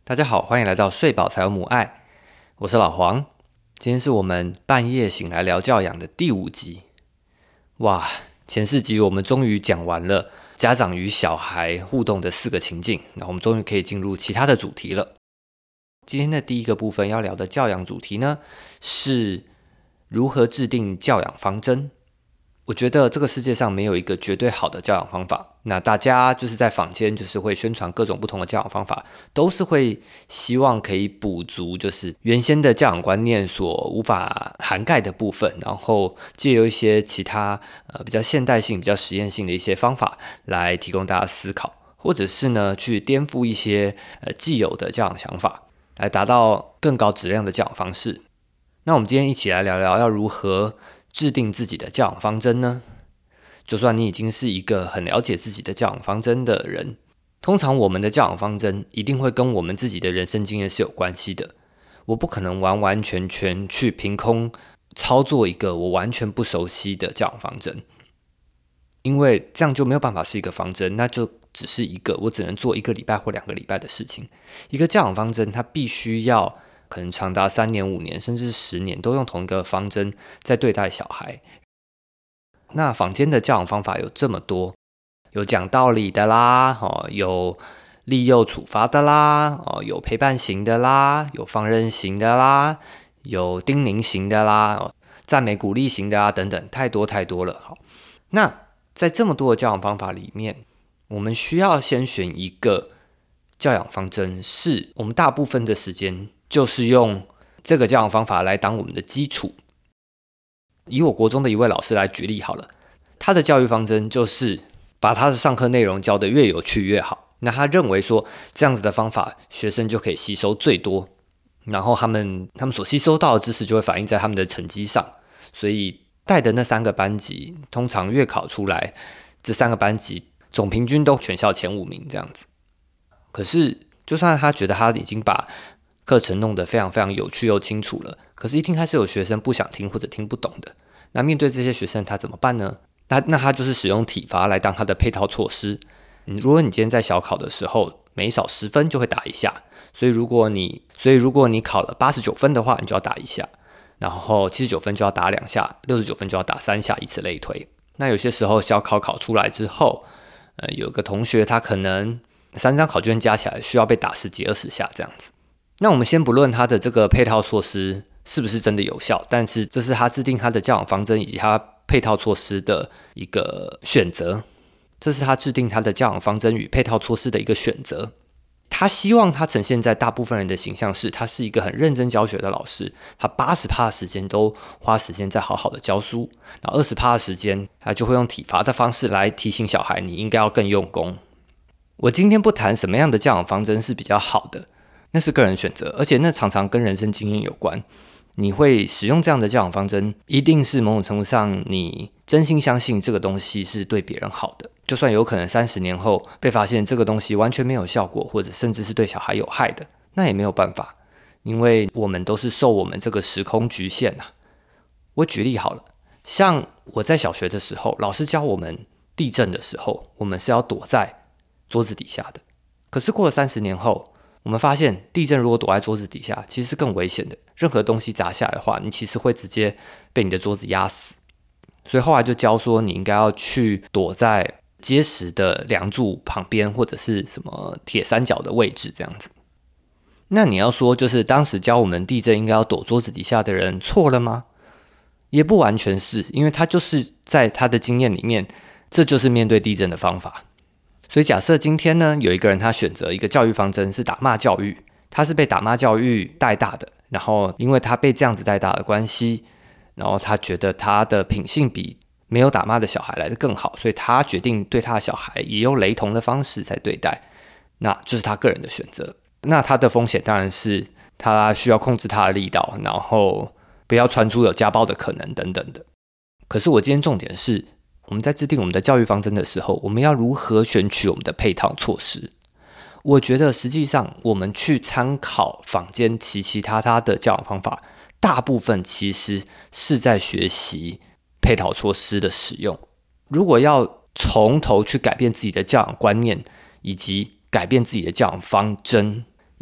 大家好，欢迎来到睡饱才有母爱，我是老黄。今天是我们半夜醒来聊教养的第5集。哇，前4集我们终于讲完了家长与小孩互动的4个情境，那我们终于可以进入其他的主题了。今天的第一个部分要聊的教养主题呢，是如何制定教养方针。我觉得这个世界上没有一个绝对好的教养方法，那大家就是在坊间就是会宣传各种不同的教养方法，都是会希望可以补足就是原先的教养观念所无法涵盖的部分，然后藉由一些其他比较现代性、比较实验性的一些方法来提供大家思考，或者是呢去颠覆一些既有的教养想法，来达到更高质量的教养方式。那我们今天一起来聊聊要如何制定自己的教养方针呢？就算你已经是一个很了解自己的教养方针的人，通常我们的教养方针一定会跟我们自己的人生经验是有关系的。我不可能完完全全去凭空操作一个我完全不熟悉的教养方针，因为这样就没有办法是一个方针，那就只是一个我只能做1个礼拜或2个礼拜的事情。一个教养方针它必须要可能长达3年、5年甚至10年都用同一个方针在对待小孩。那坊间的教养方法有这么多，有讲道理的啦，有利诱处罚的啦，有陪伴型的啦，有放任型的啦，有叮咛型的啦，赞美鼓励型的啊，等等，太多太多了。好，那在这么多的教养方法里面，我们需要先选一个教养方针，是我们大部分的时间就是用这个教养方法来当我们的基础。以我国中的一位老师来举例好了，他的教育方针就是把他的上课内容教得越有趣越好。那他认为说这样子的方法，学生就可以吸收最多，然后他们所吸收到的知识就会反映在他们的成绩上。所以带的那3个班级，通常月考出来，这3个班级总平均都全校前5名这样子。可是就算他觉得他已经把课程弄得非常非常有趣又清楚了，可是一定还是有学生不想听或者听不懂的。那面对这些学生他怎么办呢？那他就是使用体罚来当他的配套措施。如果你今天在小考的时候每少10分就会打1下，所以如果你考了89分的话，你就要打1下，然后79分就要打2下，69分就要打3下，以此类推。那有些时候小考考出来之后，有个同学他可能3张考卷加起来需要被打10几20下这样子。那我们先不论他的这个配套措施是不是真的有效，但是这是他制定他的教养方针以及他配套措施的一个选择。这是他制定他的教养方针与配套措施的一个选择。他希望他呈现在大部分人的形象是，他是一个很认真教学的老师，他80%的时间都花时间在好好的教书，然后20%的时间他就会用体罚的方式来提醒小孩你应该要更用功。我今天不谈什么样的教养方针是比较好的，那是个人选择，而且那常常跟人生经验有关。你会使用这样的教养方针，一定是某种程度上你真心相信这个东西是对别人好的，就算有可能30年后被发现这个东西完全没有效果，或者甚至是对小孩有害的，那也没有办法，因为我们都是受我们这个时空局限啊。我举例好了，像我在小学的时候，老师教我们地震的时候，我们是要躲在桌子底下的。可是过了30年后，我们发现地震如果躲在桌子底下其实是更危险的，任何东西砸下来的话，你其实会直接被你的桌子压死。所以后来就教说你应该要去躲在结实的梁柱旁边，或者是什么铁三角的位置这样子。那你要说就是当时教我们地震应该要躲桌子底下的人错了吗？也不完全是，因为他就是在他的经验里面，这就是面对地震的方法。所以假设今天呢，有一个人他选择一个教育方针是打骂教育，他是被打骂教育带大的，然后因为他被这样子带大的关系，然后他觉得他的品性比没有打骂的小孩来得更好，所以他决定对他的小孩也用雷同的方式在对待，那就是他个人的选择。那他的风险当然是他需要控制他的力道，然后不要传出有家暴的可能等等的。可是我今天重点是，我们在制定我们的教育方针的时候，我们要如何选取我们的配套措施？我觉得实际上我们去参考坊间其他的教养方法，大部分其实是在学习配套措施的使用。如果要从头去改变自己的教养观念，以及改变自己的教养方针，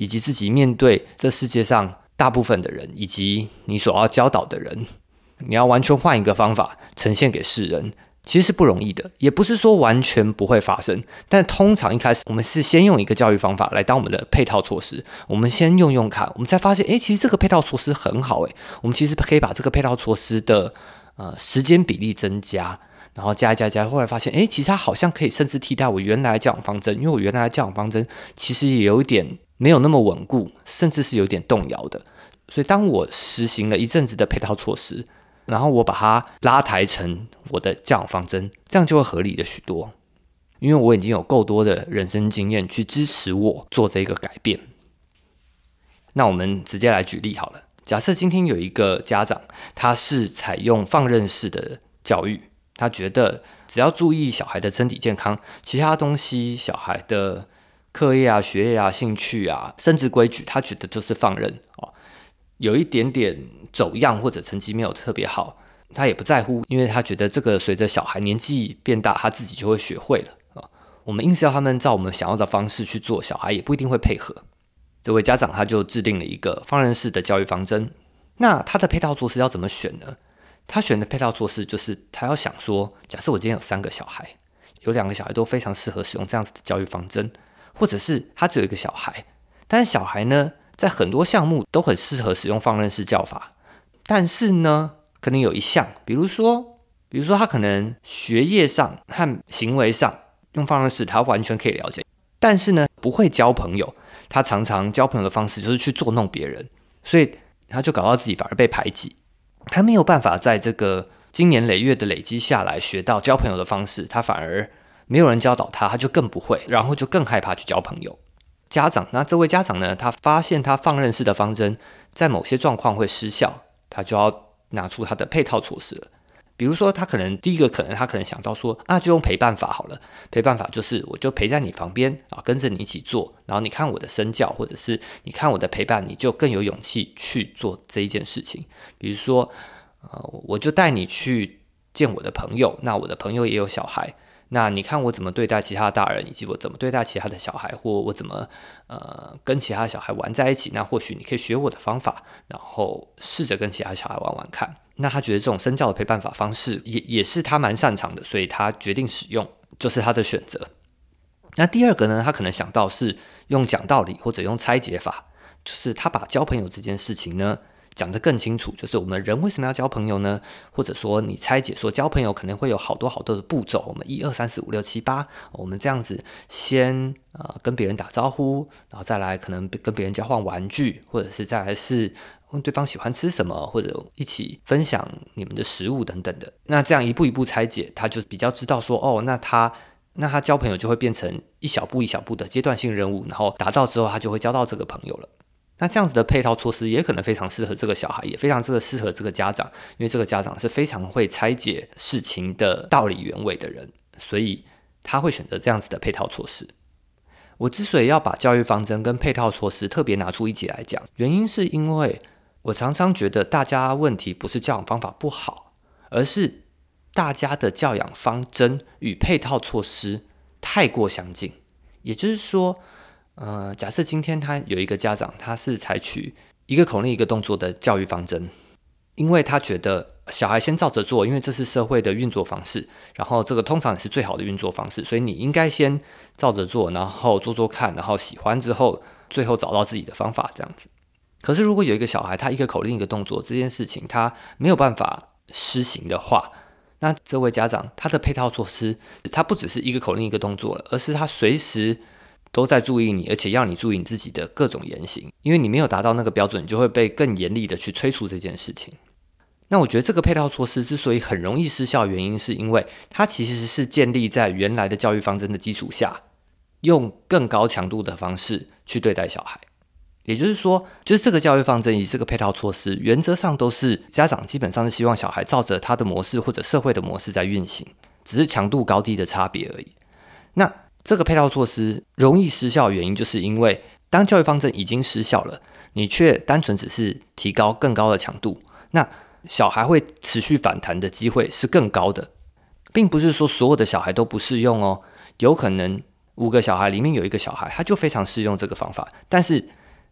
以及自己面对这世界上大部分的人，以及你所要教导的人，你要完全换一个方法呈现给世人，其实是不容易的，也不是说完全不会发生，但通常一开始我们是先用一个教育方法来当我们的配套措施，我们先用用看，我们才发现其实这个配套措施很好，我们其实可以把这个配套措施的时间比例增加，然后加一加，后来发现其实它好像可以甚至替代我原来的教养方针，因为我原来的教养方针其实也有一点没有那么稳固，甚至是有点动摇的。所以当我实行了一阵子的配套措施，然后我把它拉抬成我的教养方针，这样就会合理的许多，因为我已经有够多的人生经验去支持我做这个改变。那我们直接来举例好了，假设今天有一个家长，他是采用放任式的教育，他觉得只要注意小孩的身体健康，其他东西小孩的课业啊、学业啊、兴趣啊，甚至规矩，他觉得就是放任有一点点走样或者成绩没有特别好，他也不在乎，因为他觉得这个随着小孩年纪变大，他自己就会学会了我们硬是要他们照我们想要的方式去做，小孩也不一定会配合。这位家长他就制定了一个放任式的教育方针。那他的配套措施要怎么选呢？他选的配套措施就是他要想说，假设我今天有3个小孩，有2个小孩都非常适合使用这样子的教育方针，或者是他只有1个小孩，但是小孩呢在很多项目都很适合使用放任式教法，但是呢可能有一项，比如说他可能学业上和行为上用放任式他完全可以了解，但是呢不会交朋友，他常常交朋友的方式就是去捉弄别人，所以他就搞到自己反而被排挤，他没有办法在这个经年累月的累积下来学到交朋友的方式，他反而没有人教导他，他就更不会，然后就更害怕去交朋友。那这位家长呢，他发现他放任式的方针在某些状况会失效，他就要拿出他的配套措施了。比如说他可能第一个他可能想到说就用陪伴法好了，陪伴法就是我就陪在你旁边跟着你一起做，然后你看我的身教，或者是你看我的陪伴，你就更有勇气去做这一件事情。比如说我就带你去见我的朋友，那我的朋友也有小孩，那你看我怎么对待其他的大人，以及我怎么对待其他的小孩，或我怎么跟其他的小孩玩在一起，那或许你可以学我的方法，然后试着跟其他小孩玩玩看。那他觉得这种身教的陪伴法方式也是他蛮擅长的，所以他决定使用，就是他的选择。那第二个呢，他可能想到是用讲道理或者用拆解法，就是他把交朋友这件事情呢讲得更清楚，就是我们人为什么要交朋友呢？或者说你拆解说交朋友可能会有好多的步骤，我们1、2、3、4、5、6、7、8，我们这样子先跟别人打招呼，然后再来可能跟别人交换玩具，或者是再来是问对方喜欢吃什么，或者一起分享你们的食物等等的。那这样一步一步拆解，他就比较知道说那他交朋友就会变成一小步一小步的阶段性任务，然后达到之后他就会交到这个朋友了。那这样子的配套措施也可能非常适合这个小孩，也非常适合这个家长，因为这个家长是非常会拆解事情的道理原委的人，所以他会选择这样子的配套措施。我之所以要把教育方针跟配套措施特别拿出一集来讲，原因是因为我常常觉得大家问题不是教养方法不好，而是大家的教养方针与配套措施太过相近。也就是说假设今天他有一个家长，他是采取一个口令一个动作的教育方针，因为他觉得小孩先照着做，因为这是社会的运作方式，然后这个通常也是最好的运作方式，所以你应该先照着做，然后做做看，然后喜欢之后最后找到自己的方法这样子。可是如果有一个小孩，他一个口令一个动作这件事情他没有办法施行的话，那这位家长他的配套措施他不只是一个口令一个动作了，而是他随时都在注意你，而且要你注意你自己的各种言行，因为你没有达到那个标准，你就会被更严厉的去催促这件事情。那我觉得这个配套措施之所以很容易失效，原因是因为它其实是建立在原来的教育方针的基础下，用更高强度的方式去对待小孩。也就是说，就是这个教育方针以及这个配套措施，原则上都是家长基本上是希望小孩照着他的模式或者社会的模式在运行，只是强度高低的差别而已。那这个配套措施容易失效的原因，就是因为当教育方针已经失效了，你却单纯只是提高更高的强度，那小孩会持续反弹的机会是更高的，并不是说所有的小孩都不适用有可能5个小孩里面有1个小孩他就非常适用这个方法，但是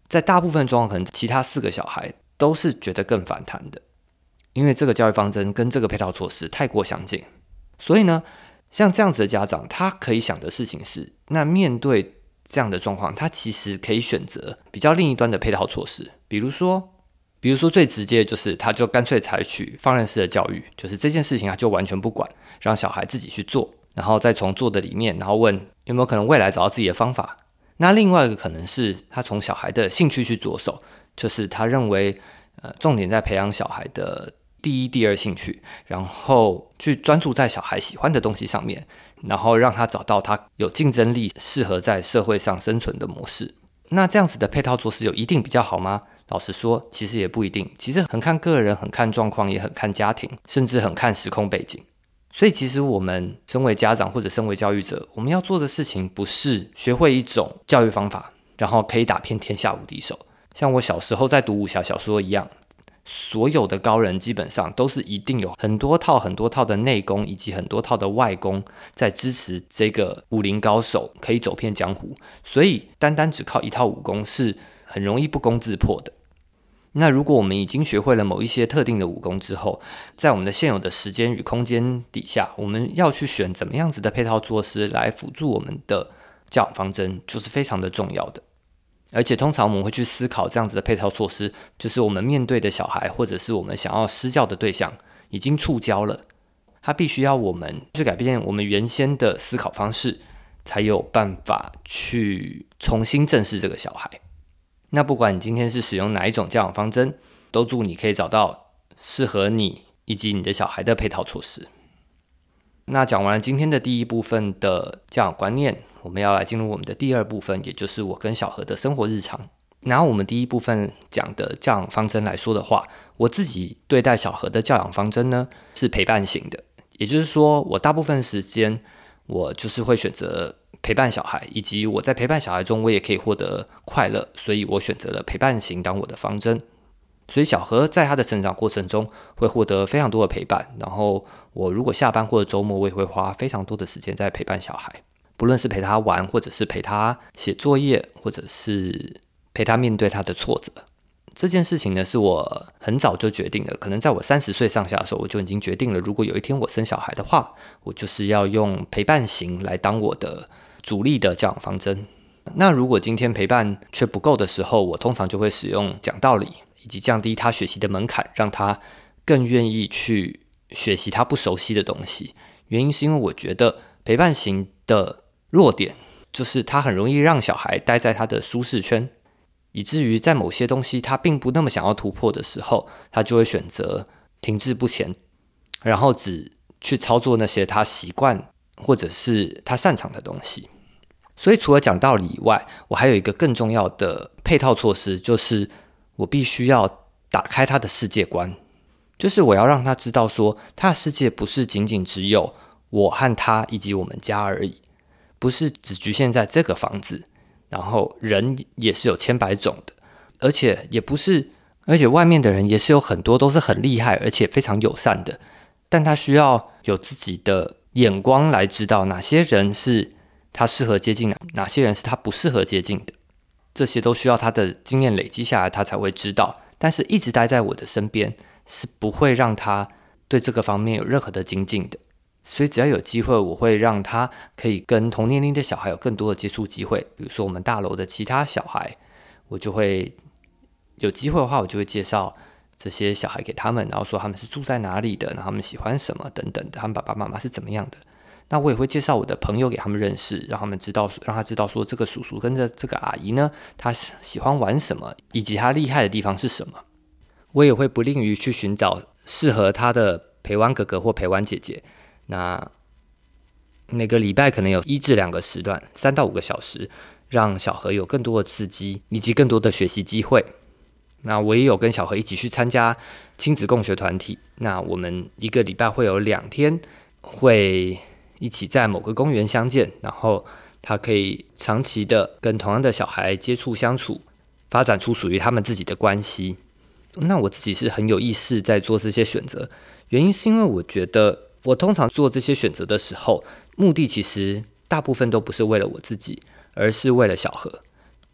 在大部分状况，可能其他4个小孩都是觉得更反弹的，因为这个教育方针跟这个配套措施太过相近。所以呢，像这样子的家长，他可以想的事情是，那面对这样的状况，他其实可以选择比较另一端的配套措施，比如说最直接的就是，他就干脆采取放任式的教育，就是这件事情他就完全不管，让小孩自己去做，然后再从做的里面，然后问有没有可能未来找到自己的方法。那另外一个可能是他从小孩的兴趣去着手，就是他认为重点在培养小孩的第一、第二兴趣，然后去专注在小孩喜欢的东西上面，然后让他找到他有竞争力、适合在社会上生存的模式。那这样子的配套措施有一定比较好吗？老实说，其实也不一定，其实很看个人，很看状况，也很看家庭，甚至很看时空背景。所以其实我们身为家长或者身为教育者，我们要做的事情不是学会一种教育方法，然后可以打遍天下无敌手。像我小时候在读武侠小说一样，所有的高人基本上都是一定有很多套的内功，以及很多套的外功在支持这个武林高手可以走遍江湖。所以单单只靠一套武功是很容易不攻自破的。那如果我们已经学会了某一些特定的武功之后，在我们的现有的时间与空间底下，我们要去选怎么样子的配套措施来辅助我们的教养方针，就是非常的重要的。而且通常我们会去思考这样子的配套措施，就是我们面对的小孩或者是我们想要施教的对象已经触礁了，他必须要我们去改变我们原先的思考方式，才有办法去重新正视这个小孩。那不管你今天是使用哪一种教养方针，都祝你可以找到适合你以及你的小孩的配套措施。那讲完了今天的第一部分的教养观念，我们要来进入我们的第二部分，也就是我跟小何的生活日常。拿我们第一部分讲的教养方针来说的话，我自己对待小何的教养方针呢，是陪伴型的。也就是说，我大部分时间我就是会选择陪伴小孩，以及我在陪伴小孩中我也可以获得快乐，所以我选择了陪伴型当我的方针。所以小何在他的成长过程中会获得非常多的陪伴，然后我如果下班或者周末，我也会花非常多的时间在陪伴小孩，不论是陪他玩，或者是陪他写作业，或者是陪他面对他的挫折。这件事情呢，是我很早就决定的，可能在我30岁上下的时候，我就已经决定了，如果有一天我生小孩的话，我就是要用陪伴型来当我的主力的教养方针。那如果今天陪伴却不够的时候，我通常就会使用讲道理，以及降低他学习的门槛，让他更愿意去学习他不熟悉的东西。原因是因为我觉得陪伴型的弱点就是他很容易让小孩待在他的舒适圈，以至于在某些东西他并不那么想要突破的时候，他就会选择停滞不前，然后只去操作那些他习惯或者是他擅长的东西。所以除了讲道理以外，我还有一个更重要的配套措施，就是我必须要打开他的世界观，就是我要让他知道说，他的世界不是仅仅只有我和他以及我们家而已，不是只局限在这个房子，然后人也是有千百种的，而且外面的人也是有很多都是很厉害而且非常友善的，但他需要有自己的眼光来知道哪些人是他适合接近，哪些人是他不适合接近的。这些都需要他的经验累积下来，他才会知道。但是一直待在我的身边，是不会让他对这个方面有任何的精进的。所以只要有机会，我会让他可以跟同年龄的小孩有更多的接触机会。比如说我们大楼的其他小孩，我就会有机会的话，我就会介绍这些小孩给他们，然后说他们是住在哪里的，然后他们喜欢什么等等的，他们爸爸妈妈是怎么样的。那我也会介绍我的朋友给他们认识，让他知道说这个叔叔跟这个阿姨呢，他喜欢玩什么，以及他厉害的地方是什么。我也会不吝于去寻找适合他的陪玩哥哥或陪玩姐姐。那每个礼拜可能有1至2个时段，3到5个小时，让小何有更多的刺激以及更多的学习机会。那我也有跟小何一起去参加亲子共学团体，那我们一个礼拜会有2天会一起在某个公园相见，然后他可以长期的跟同样的小孩接触相处，发展出属于他们自己的关系。那我自己是很有意识在做这些选择，原因是因为我觉得我通常做这些选择的时候，目的其实大部分都不是为了我自己，而是为了小何。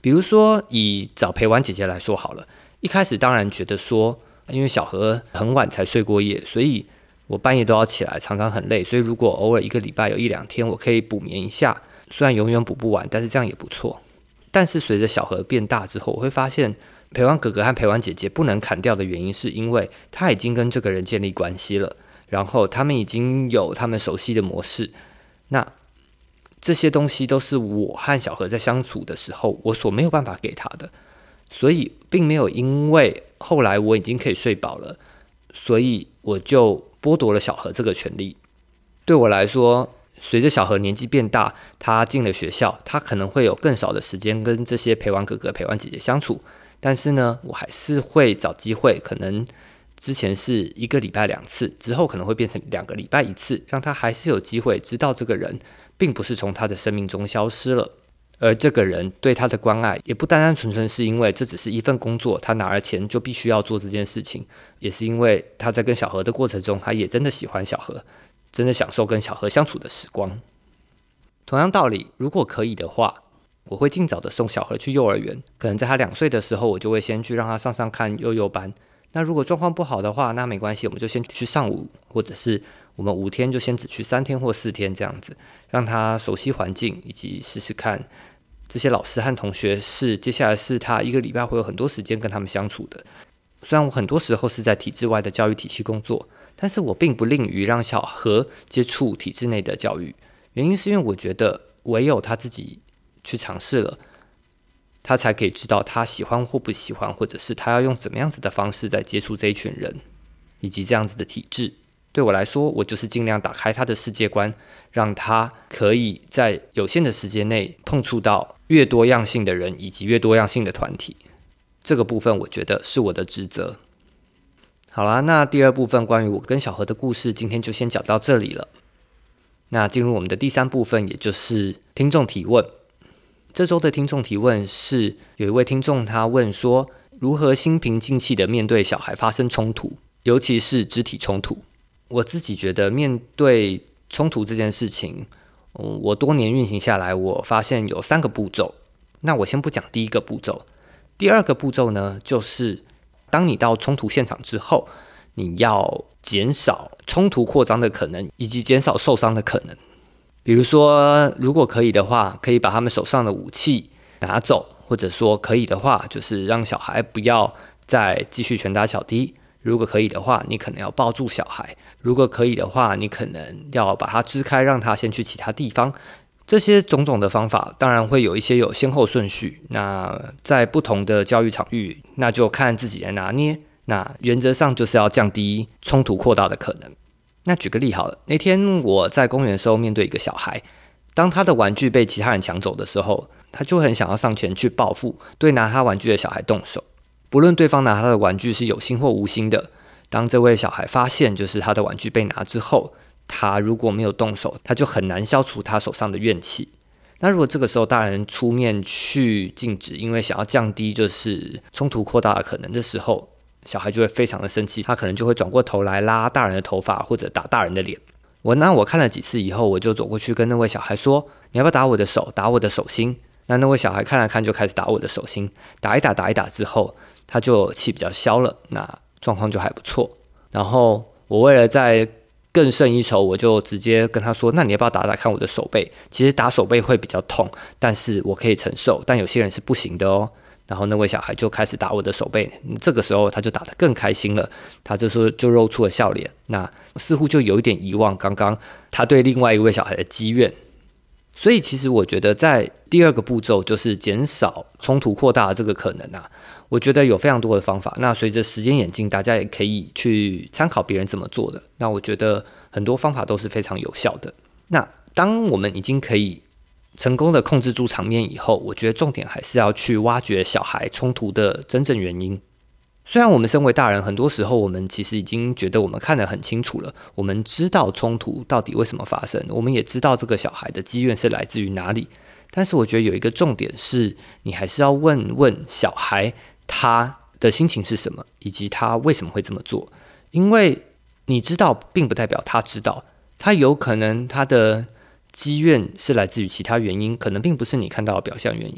比如说以找陪玩姐姐来说好了，一开始当然觉得说，因为小何很晚才睡过夜，所以我半夜都要起来，常常很累，所以如果偶尔一个礼拜有1-2天我可以补眠一下，虽然永远补不完，但是这样也不错。但是随着小何变大之后，我会发现陪玩哥哥和陪玩姐姐不能砍掉的原因，是因为他已经跟这个人建立关系了，然后他们已经有他们熟悉的模式，那这些东西都是我和小何在相处的时候我所没有办法给他的，所以并没有因为后来我已经可以睡饱了，所以我就剥夺了小何这个权利。对我来说，随着小何年纪变大，他进了学校，他可能会有更少的时间跟这些陪玩哥哥陪玩姐姐相处，但是呢，我还是会找机会，可能之前是1个礼拜2次，之后可能会变成2个礼拜1次，让他还是有机会知道这个人并不是从他的生命中消失了，而这个人对他的关爱也不单单纯纯是因为这只是一份工作，他拿了钱就必须要做这件事情，也是因为他在跟小何的过程中，他也真的喜欢小何，真的享受跟小何相处的时光。同样道理，如果可以的话，我会尽早的送小何去幼儿园，可能在他2岁的时候，我就会先去让他上看幼幼班。那如果状况不好的话，那没关系，我们就先去上午，或者是我们5天就先只去3天或4天这样子，让他熟悉环境，以及试试看这些老师和同学接下来是他1个礼拜会有很多时间跟他们相处的。虽然我很多时候是在体制外的教育体系工作，但是我并不吝于让小何接触体制内的教育，原因是因为我觉得唯有他自己去尝试了，他才可以知道他喜欢或不喜欢，或者是他要用怎么样子的方式在接触这一群人，以及这样子的体制。对我来说，我就是尽量打开他的世界观，让他可以在有限的时间内碰触到越多样性的人，以及越多样性的团体。这个部分我觉得是我的职责。好啦，那第2部分关于我跟小何的故事，今天就先讲到这里了。那进入我们的第3部分，也就是听众提问。这周的听众提问是有一位听众他问说，如何心平静气的面对小孩发生冲突，尤其是肢体冲突。我自己觉得面对冲突这件事情，我多年运行下来，我发现有3个步骤。那我先不讲第1个步骤，第2个步骤呢，就是当你到冲突现场之后，你要减少冲突扩张的可能，以及减少受伤的可能。比如说，如果可以的话，可以把他们手上的武器拿走，或者说可以的话，就是让小孩不要再继续拳打脚踢。如果可以的话，你可能要抱住小孩；如果可以的话，你可能要把他支开，让他先去其他地方。这些种种的方法，当然会有一些有先后顺序。那在不同的教育场域，那就看自己来拿捏。那原则上就是要降低冲突扩大的可能。那举个例好了，那天我在公园的时候面对一个小孩，当他的玩具被其他人抢走的时候，他就很想要上前去报复，对拿他玩具的小孩动手。不论对方拿他的玩具是有心或无心的，当这位小孩发现就是他的玩具被拿之后，他如果没有动手，他就很难消除他手上的怨气。那如果这个时候大人出面去禁止，因为想要降低就是冲突扩大的可能的时候，小孩就会非常的生气，他可能就会转过头来拉大人的头发，或者打大人的脸。我看了几次以后，我就走过去跟那位小孩说，你要不要打我的手，打我的手心。那位小孩看了看，就开始打我的手心，打一打之后，他就气比较消了，那状况就还不错。然后我为了再更胜一筹，我就直接跟他说，那你要不要打打看我的手背？其实打手背会比较痛，但是我可以承受，但有些人是不行的哦。然后那位小孩就开始打我的手背，这个时候他就打得更开心了，他这时候就露出了笑脸，那似乎就有一点遗忘刚刚他对另外一位小孩的积怨。所以其实我觉得在第2个步骤，就是减少冲突扩大的这个可能啊，我觉得有非常多的方法。那随着时间演进，大家也可以去参考别人怎么做的。那我觉得很多方法都是非常有效的。那当我们已经可以成功的控制住场面以后，我觉得重点还是要去挖掘小孩冲突的真正原因。虽然我们身为大人，很多时候我们其实已经觉得我们看得很清楚了，我们知道冲突到底为什么发生，我们也知道这个小孩的积怨是来自于哪里，但是我觉得有一个重点是，你还是要问问小孩他的心情是什么，以及他为什么会这么做。因为你知道并不代表他知道，他有可能他的积怨是来自于其他原因，可能并不是你看到的表象原因。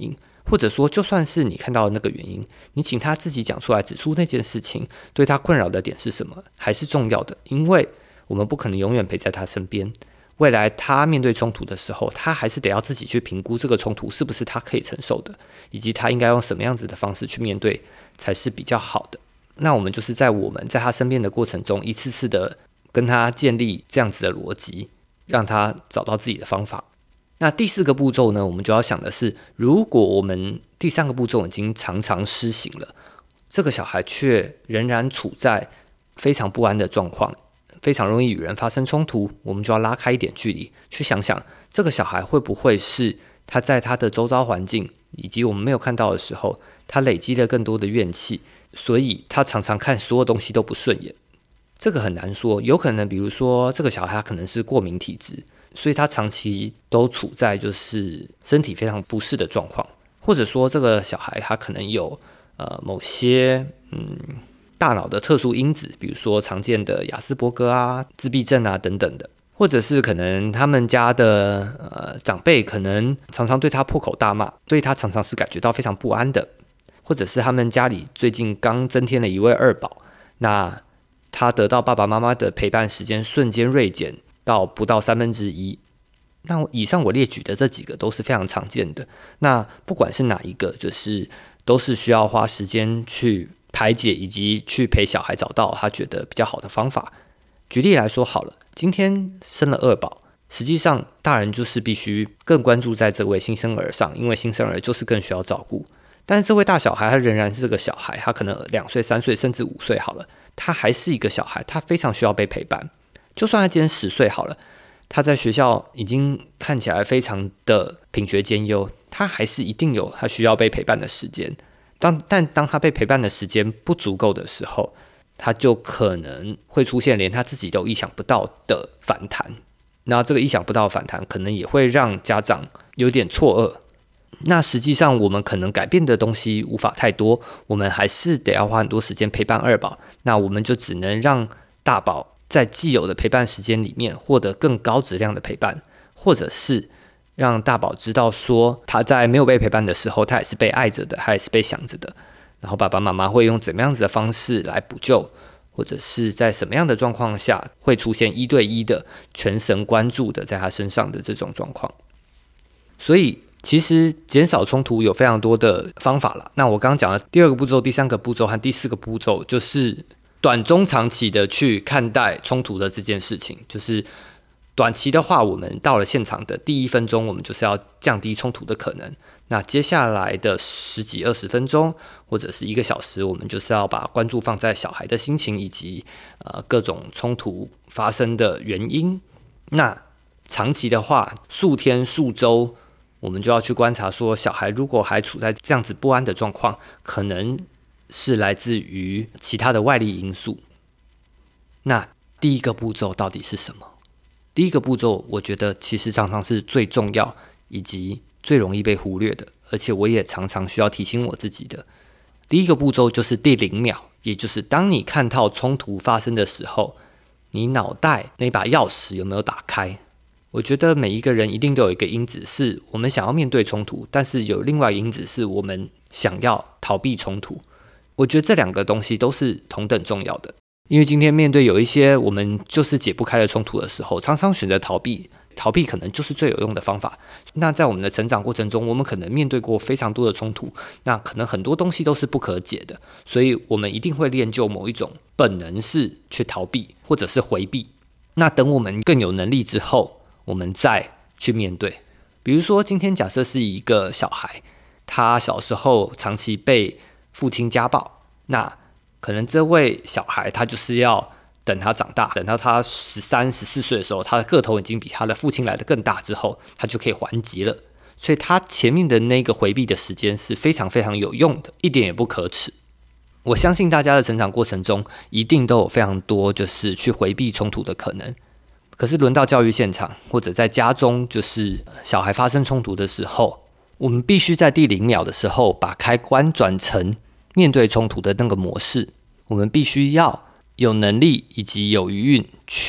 或者说就算是你看到的那个原因，你请他自己讲出来，指出那件事情对他困扰的点是什么，还是重要的。因为我们不可能永远陪在他身边，未来他面对冲突的时候，他还是得要自己去评估这个冲突是不是他可以承受的，以及他应该用什么样子的方式去面对才是比较好的。那我们就是在我们在他身边的过程中，一次次的跟他建立这样子的逻辑，让他找到自己的方法。那第4个步骤呢，我们就要想的是，如果我们第3个步骤已经常常施行了，这个小孩却仍然处在非常不安的状况，非常容易与人发生冲突，我们就要拉开一点距离，去想想这个小孩会不会是他在他的周遭环境以及我们没有看到的时候，他累积了更多的怨气，所以他常常看所有东西都不顺眼。这个很难说，有可能比如说这个小孩他可能是过敏体质，所以他长期都处在就是身体非常不适的状况，或者说这个小孩他可能有某些大脑的特殊因子，比如说常见的亚斯伯格啊、自闭症啊等等的，或者是可能他们家的长辈可能常常对他破口大骂，所以他常常是感觉到非常不安的，或者是他们家里最近刚增添了一位二宝，那他得到爸爸妈妈的陪伴时间瞬间锐减到不到1/3。那以上我列举的这几个都是非常常见的，那不管是哪一个，就是都是需要花时间去排解，以及去陪小孩找到他觉得比较好的方法。举例来说好了，今天生了二宝，实际上大人就是必须更关注在这位新生儿上，因为新生儿就是更需要照顾。但是这位大小孩他仍然是个小孩，他可能2岁、3岁甚至5岁好了，他还是一个小孩，他非常需要被陪伴。就算他今天10岁好了，他在学校已经看起来非常的品学兼优，他还是一定有他需要被陪伴的时间。但当他被陪伴的时间不足够的时候，他就可能会出现连他自己都意想不到的反弹。那这个意想不到的反弹可能也会让家长有点错愕。那实际上我们可能改变的东西无法太多，我们还是得要花很多时间陪伴二宝，那我们就只能让大宝在既有的陪伴时间里面获得更高质量的陪伴，或者是让大宝知道说他在没有被陪伴的时候，他也是被爱着的，他也是被想着的，然后爸爸妈妈会用怎么样子的方式来补救，或者是在什么样的状况下会出现1对1的全神关注的在他身上的这种状况。所以其实减少冲突有非常多的方法啦。那我刚刚讲的第2个步骤、第3个步骤和第4个步骤，就是短中长期的去看待冲突的这件事情。就是短期的话，我们到了现场的第1分钟，我们就是要降低冲突的可能。那接下来的10几20分钟，或者是1个小时，我们就是要把关注放在小孩的心情以及各种冲突发生的原因。那长期的话，数天数周，我们就要去观察说，小孩如果还处在这样子不安的状况，可能是来自于其他的外力因素。那第1个步骤到底是什么？第1个步骤，我觉得其实常常是最重要以及最容易被忽略的，而且我也常常需要提醒我自己的。第1个步骤就是第0秒，也就是当你看到冲突发生的时候，你脑袋那把钥匙有没有打开？我觉得每一个人一定都有一个因子是我们想要面对冲突，但是有另外一个因子是我们想要逃避冲突。我觉得这2个东西都是同等重要的，因为今天面对有一些我们就是解不开的冲突的时候，常常选择逃避可能就是最有用的方法。那在我们的成长过程中，我们可能面对过非常多的冲突，那可能很多东西都是不可解的，所以我们一定会练就某一种本能是去逃避或者是回避。那等我们更有能力之后，我们再去面对。比如说今天假设是一个小孩，他小时候长期被父亲家暴，那可能这位小孩他就是要等他长大，等到他13、14岁的时候，他的个头已经比他的父亲来得更大之后，他就可以还击了。所以他前面的那个回避的时间是非常非常有用的，一点也不可耻。我相信大家的成长过程中一定都有非常多就是去回避冲突的可能，可是轮到教育现场或者在家中，就是小孩发生冲突的时候，我们必须在第0秒的时候把开关转成面对冲突的那个模式。我们必须要有能力以及有余韵去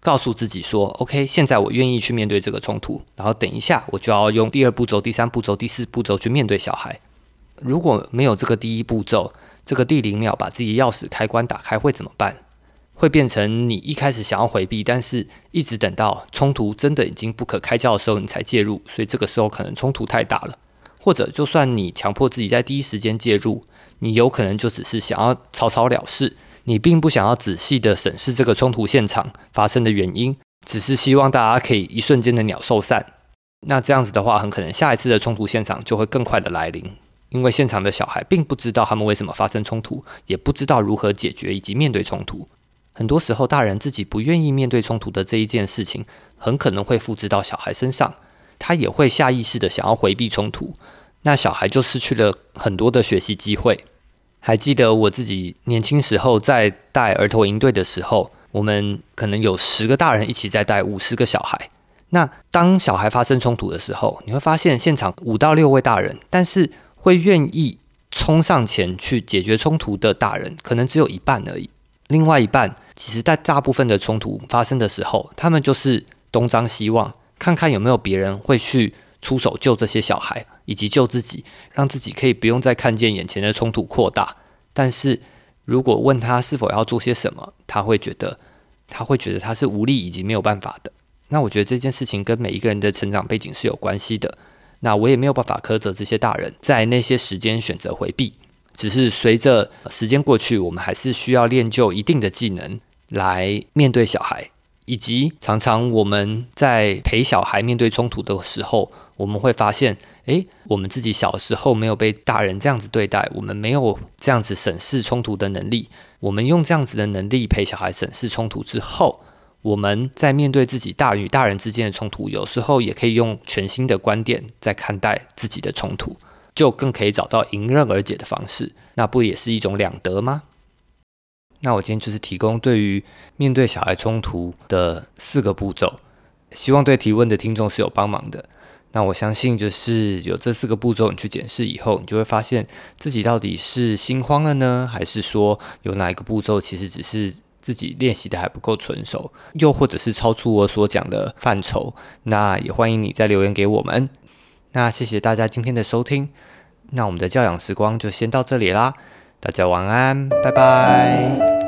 告诉自己说 OK， 现在我愿意去面对这个冲突，然后等一下我就要用第2步骤、第3步骤、第4步骤去面对小孩。如果没有这个第1步骤，这个第0秒把自己的钥匙开关打开会怎么办？会变成你一开始想要回避，但是一直等到冲突真的已经不可开交的时候你才介入，所以这个时候可能冲突太大了。或者就算你强迫自己在第一时间介入，你有可能就只是想要草草了事，你并不想要仔细的审视这个冲突现场发生的原因，只是希望大家可以一瞬间的鸟兽散。那这样子的话，很可能下一次的冲突现场就会更快的来临，因为现场的小孩并不知道他们为什么发生冲突，也不知道如何解决以及面对冲突。很多时候大人自己不愿意面对冲突的这一件事情，很可能会复制到小孩身上，他也会下意识的想要回避冲突，那小孩就失去了很多的学习机会。还记得我自己年轻时候在带儿童营队的时候，我们可能有10个大人一起在带50个小孩。那当小孩发生冲突的时候，你会发现现场5到6位大人，但是会愿意冲上前去解决冲突的大人可能只有一半而已。另外一半其实在大部分的冲突发生的时候，他们就是东张西望，看看有没有别人会去出手救这些小孩以及救自己，让自己可以不用再看见眼前的冲突扩大。但是如果问他是否要做些什么，他会觉得他是无力以及没有办法的。那我觉得这件事情跟每一个人的成长背景是有关系的，那我也没有办法苛责这些大人在那些时间选择回避，只是随着时间过去，我们还是需要练就一定的技能来面对小孩，以及常常我们在陪小孩面对冲突的时候，我们会发现我们自己小时候没有被大人这样子对待，我们没有这样子审视冲突的能力，我们用这样子的能力陪小孩审视冲突之后，我们在面对自己与大人之间的冲突，有时候也可以用全新的观点在看待自己的冲突，就更可以找到迎刃而解的方式，那不也是一种两得吗？那我今天就是提供对于面对小孩冲突的4个步骤，希望对提问的听众是有帮忙的。那我相信就是有这4个步骤，你去检视以后，你就会发现自己到底是心慌了呢，还是说有哪一个步骤其实只是自己练习的还不够纯熟，又或者是超出我所讲的范畴。那也欢迎你再留言给我们。那谢谢大家今天的收听，那我们的教养时光就先到这里啦，大家晚安，拜拜。